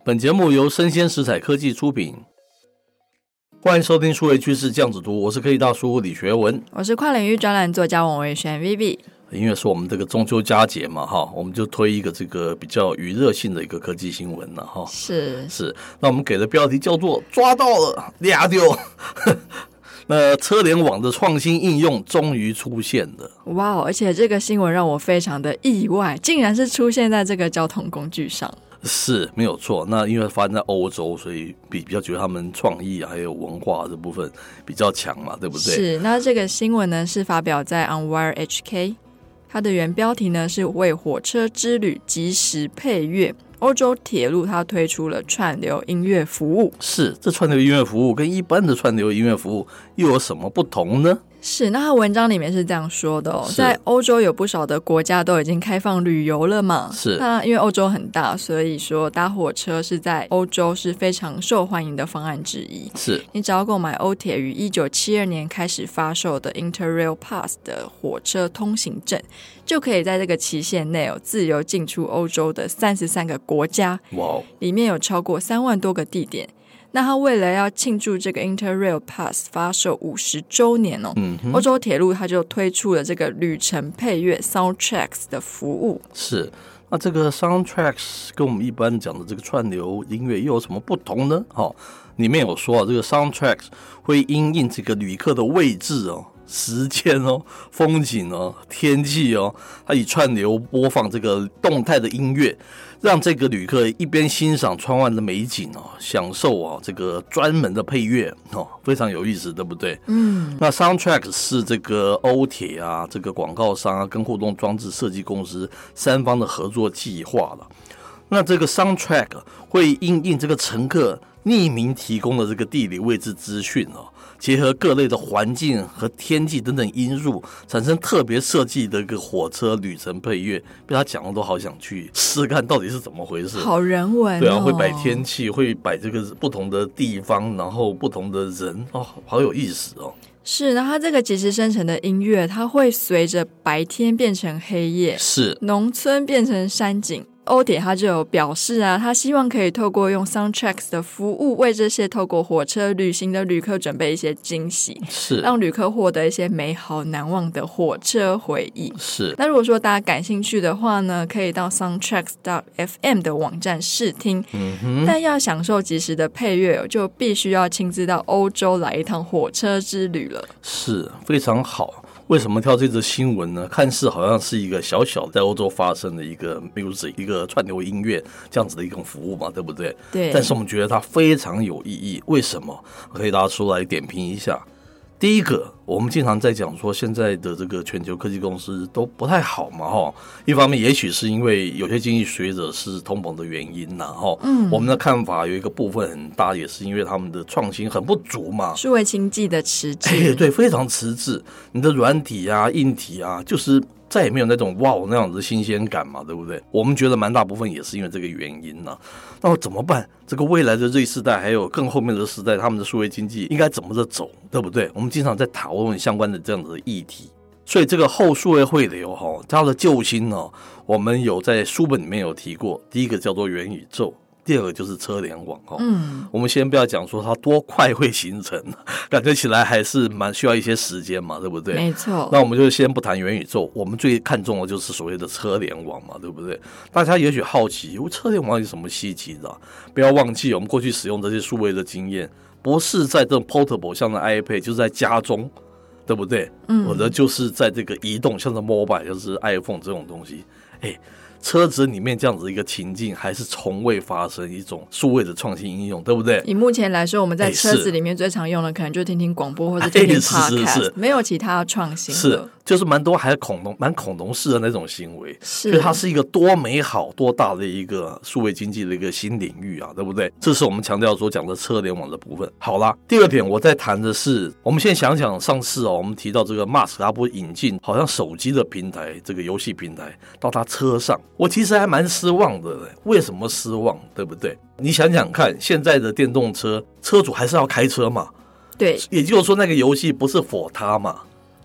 本节目由生鲜食材科技出品，欢迎收听数位趋势酱子读，我是科技大叔李学文， 我是跨领域专栏作家王维轩 Vivi。 因为是我们这个中秋佳节嘛，我们就推一个这个比较娱乐性的一个科技新闻了。是，那我们给的标题叫做抓到了俩丢那车联网的创新应用终于出现了。 哇，而且这个新闻让我非常的意外，竟然是出现在这个交通工具上。 是没有错，那因为发生在欧洲，所以比较觉得他们创意还有文化这部分比较强嘛，对不对？ 是，那这个新闻呢是发表在 OnWire HK， 它的原标题呢是为火车之旅即时配乐，欧洲铁路它推出了串流音乐服务。 是，这串流音乐服务跟一般的串流音乐服务又有什么不同呢？ 是，那他文章里面是这样说的在欧洲有不少的国家都已经开放旅游了嘛。 是， 那因为欧洲很大，所以说搭火车是在欧洲是非常受欢迎的方案之一。 是， 你只要购买欧铁于1972年开始发售的 Interrail Pass 的火车通行证，就可以在这个期限内自由进出欧洲的33个国家。 哇， 里面有超过3万多个地点。那他为了要庆祝这个 Interrail Pass 发售50周年欧洲铁路他就推出了这个旅程配乐 Soundtracks 的服务。 是，那这个 Soundtracks 跟我们一般讲的这个串流音乐又有什么不同呢？里面有说这个 Soundtracks 会因应这个旅客的位置时间风景天气它以串流播放这个动态的音乐，让这个旅客一边欣赏窗外的美景享受这个专门的配乐非常有意思，对不对？那 Soundtrack 是这个欧铁这个广告商跟互动装置设计公司三方的合作计划了。那这个 Soundtrack 会因应这个乘客匿名提供的这个地理位置资讯结合各类的环境和天气等等因素，产生特别设计的一个火车旅程配乐。被他讲的都好想去试看到底是怎么回事。 好人文对啊，会摆天气，会摆这个不同的地方，然后不同的人好有意思是，那它这个即时生成的音乐，它会随着白天变成黑夜， 是农村变成山景。欧铁他就有表示他希望可以透过用 Soundtracks 的服务，为这些透过火车旅行的旅客准备一些惊喜， 是让旅客获得一些美好难忘的火车回忆。 是， 那如果说大家感兴趣的话呢，可以到 Soundtracks.fm 的网站试听。但要享受即时的配乐，就必须要亲自到欧洲来一趟火车之旅了。 是，非常好。为什么挑这则新闻呢？看似好像是一个小小在欧洲发生的一个 music 一个串流音乐这样子的一种服务嘛，对不对？ 对。 但是我们觉得它非常有意义，为什么？可以大家出来点评一下。第一个，我们经常在讲说现在的这个全球科技公司都不太好嘛一方面也许是因为有些经济学者是通膨的原因我们的看法有一个部分很大，也是因为他们的创新很不足嘛， 数位经济的迟滞对，非常迟滞，你的软体硬体就是再也没有那种哇那样子的新鲜感嘛，对不对？我们觉得蛮大部分也是因为这个原因那怎么办？这个未来的Z世代还有更后面的时代，他们的数位经济应该怎么的走，对不对？我们经常在讨论相关的这样子的议题。所以这个后数位汇流它的救星我们有在书本里面有提过，第一个叫做元宇宙，第二个就是车联网我们先不要讲说它多快会形成，感觉起来还是蛮需要一些时间嘛，对不对？ 没错。 那我们就先不谈元宇宙，我们最看重的就是所谓的车联网嘛，对不对？大家也许好奇车联网有什么稀奇的不要忘记我们过去使用这些数位的经验不是在这种 portable 像的 iPad 就是在家中，对不对？或者就是在这个移动像是 mobile 就是 iPhone 这种东西车子里面这样子一个情境还是从未发生一种数位的创新应用，对不对？ 以目前来说，我们在车子里面最常用的可能就听听广播或者听听 podcast，没有其他创新是，就是蛮多还是蛮恐龙式的那种行为， 是， 所以它是一个多美好多大的一个数位经济的一个新领域对不对？这是我们强调所讲的车联网的部分。好啦，第二点我在谈的是，我们现在想想上次我们提到这个 Musk 他不引进好像手机的平台，这个游戏平台到他车上，我其实还蛮失望的。为什么失望？对不对？你想想看，现在的电动车车主还是要开车嘛， 对， 也就是说那个游戏不是 for 他嘛，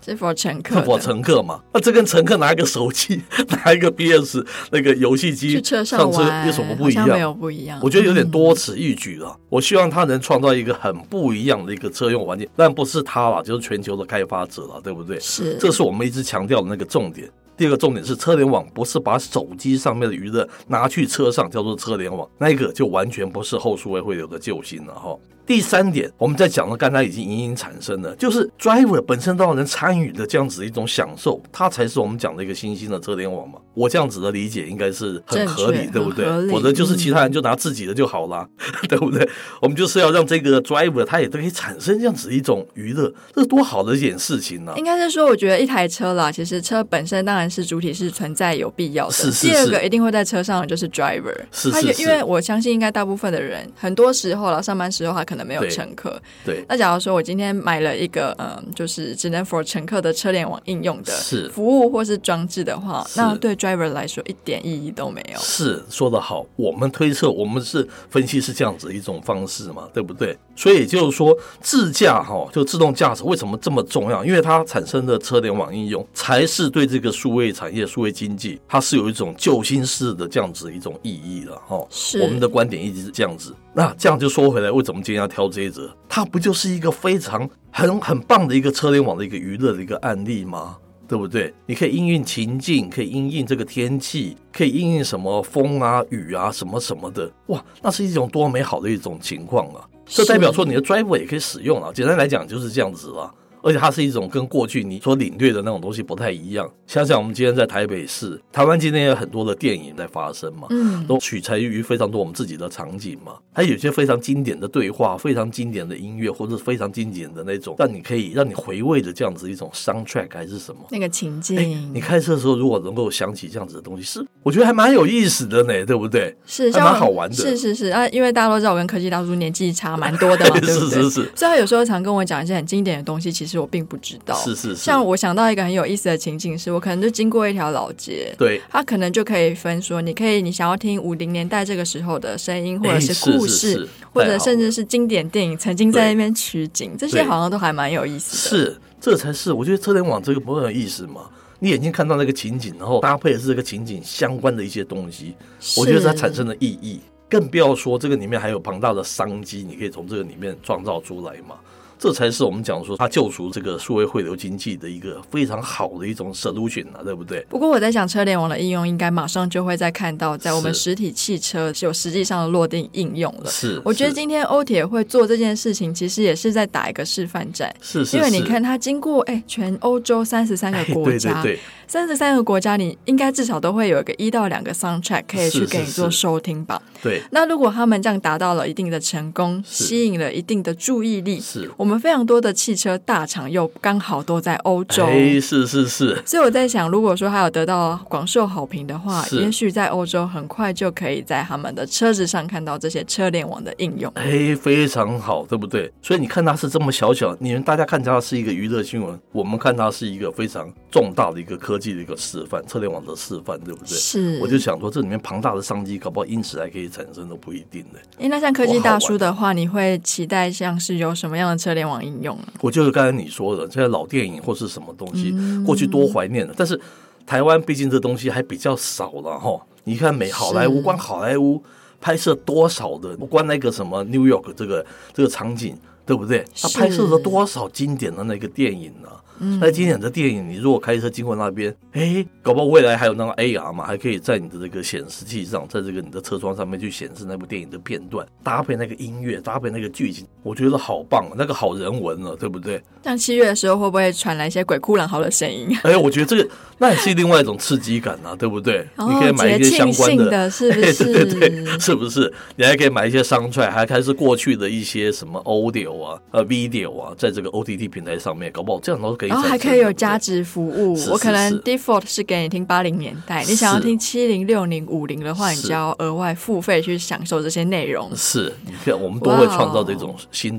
是 for 乘客的， 是 for 乘客嘛？那这跟乘客拿一个手机拿一个 PS 那个游戏机去车上玩有什么不一样？ 好像没有不一样， 我觉得有点多此一举了。我希望他能创造一个很不一样的一个车用环境，但不是他啦，就是全球的开发者啦，对不对？ 是， 这是我们一直强调的那个重点。第二个重点是车联网不是把手机上面的娱乐拿去车上叫做车联网，那个就完全不是后数位汇流的救星了哈。第三点，我们在讲的刚才已经隐隐产生了，就是 driver 本身都要能参与的这样子一种享受，它才是我们讲的一个新兴的车联网嘛。我这样子的理解应该是很合理，对不对？否则就是其他人就拿自己的就好啦，对不对？我们就是要让这个 driver 他也都可以产生这样子一种娱乐，这是多好的一件事情啊！ 应该是说，我觉得一台车啦，其实车本身当然是主体是存在有必要的。 是第二个一定会在车上的就是 driver， 是因为我相信应该大部分的人，很多时候啦，上班时候他可能没有乘客。 对。 那假如说我今天买了一个就是只能 for 乘客的车联网应用的服务或是装置的话，那对 driver 来说一点意义都没有。 是，说得好。我们推测，我们是分析是这样子一种方式嘛，对不对？所以也就是说，自驾就自动驾驶为什么这么重要？因为它产生的车联网应用才是对这个数位产业、数位经济，它是有一种救星式的这样子一种意义了我们的观点一直是这样子。那这样就说回来，为什么今天要挑这一则？它不就是一个非常很棒的一个车联网的一个娱乐的一个案例吗？对不对？你可以因应情境，可以因应这个天气，可以因应什么风啊、雨啊什么什么的，哇，那是一种多美好的一种情况啊！这代表说你的 driver 也可以使用啊。简单来讲就是这样子啦。而且它是一种跟过去你所领略的那种东西不太一样。想想我们今天在台北市，台湾今天有很多的电影在发生嘛，都取材于非常多我们自己的场景嘛，还有一些非常经典的对话，非常经典的音乐，或者非常经典的那种让你回味的这样子一种 soundtrack 还是什么那个情境。 你开车的时候如果能够想起这样子的东西，是我觉得还蛮有意思的呢，对不对？ 是， 还蛮好玩的。 是啊，因为大家都知道我跟科技大叔年纪差蛮多的嘛，对不对？是。所以他有时候常跟我讲一些很经典的东西，其实我并不知道。 是。 像我想到一个很有意思的情境是，我可能就经过一条老街， 对， 他可能就可以分说，你想要听50年代这个时候的声音，或者是故事，或者甚至是经典电影曾经在那边取景，这些好像都还蛮有意思的。是， 这才是我觉得车联网这个不会有意思嘛。你眼睛看到那个情景，然后搭配的是这个情景相关的一些东西，我觉得它产生的意义，更不要说这个里面还有庞大的商机，你可以从这个里面创造出来嘛。这才是我们讲说它救赎这个数位汇流经济的一个非常好的一种 solution 啊，对不对？ 不过我在想，车联网的应用应该马上就会再看到在我们实体汽车有实际上的落地应用了。 是， 我觉得今天欧铁会做这件事情，其实也是在打一个示范战。 是， 因为你看它经过全欧洲33个国家， 对 ，33个国家，你应该至少都会有一个1到2个 soundtrack 可以去给你做收听吧。 对， 那如果他们这样达到了一定的成功，吸引了一定的注意力，我们非常多的汽车大厂又刚好都在欧洲， 是。 所以我在想，如果说他有得到广受好评的话，也许在欧洲很快就可以在他们的车子上看到这些车联网的应用。 非常好，对不对？所以你看它是这么小，你们大家看它是一个娱乐新闻，我们看它是一个非常重大的一个科技的一个示范，车联网的示范，对不对？ 是。 我就想说，这里面庞大的商机，搞不好因此还可以产生都不一定的。 那像科技大叔的话，你会期待像是有什么样的车联网应用呢？ 我就是刚才你说的，这些老电影或是什么东西，过去多怀念的。但是台湾毕竟这东西还比较少了哈。你看好莱坞，光好莱坞拍摄多少的，光那个什么 New York 这个场景，对不对？他拍摄了多少经典的那个电影呢？那经典的电影，你如果开车经过那边，搞不好未来还有那个 AR 嘛，还可以在你的这个显示器上，在这个你的车窗上面去显示那部电影的片段，搭配那个音乐，搭配那个剧情，我觉得好棒，那个好人文了，对不对？ 像7月的时候，会不会传来一些鬼哭狼嚎的声音？ 我觉得这个那也是另外一种刺激感啊，对不对？你可以买一些相关的， 是不是？ 对，是不是？你还可以买一些soundtrack，还开始过去的一些什么 audio 啊、video 啊，在这个 OTT 平台上面，搞不好这样都可以。 然后还可以有加值服务，我可能 default 是给你听80年代，你想要听70、60、50的话，你就要额外付费去享受这些内容。 是，你看我们都会创造这种新的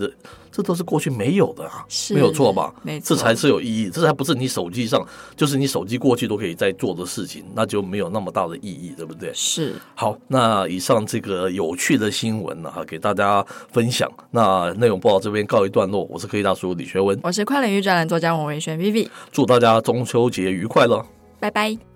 这都是过去没有的啊， 是没有错吧？ 没错， 这才是有意义，这才不是你手机上，就是你手机过去都可以在做的事情，那就没有那么大的意义，对不对？ 是。 好，那以上这个有趣的新闻呢，给大家分享。那内容报道这边告一段落，我是科技大叔李学文， 我是跨领域专栏作家王维轩 Vivi， 祝大家中秋节愉快了， 拜拜。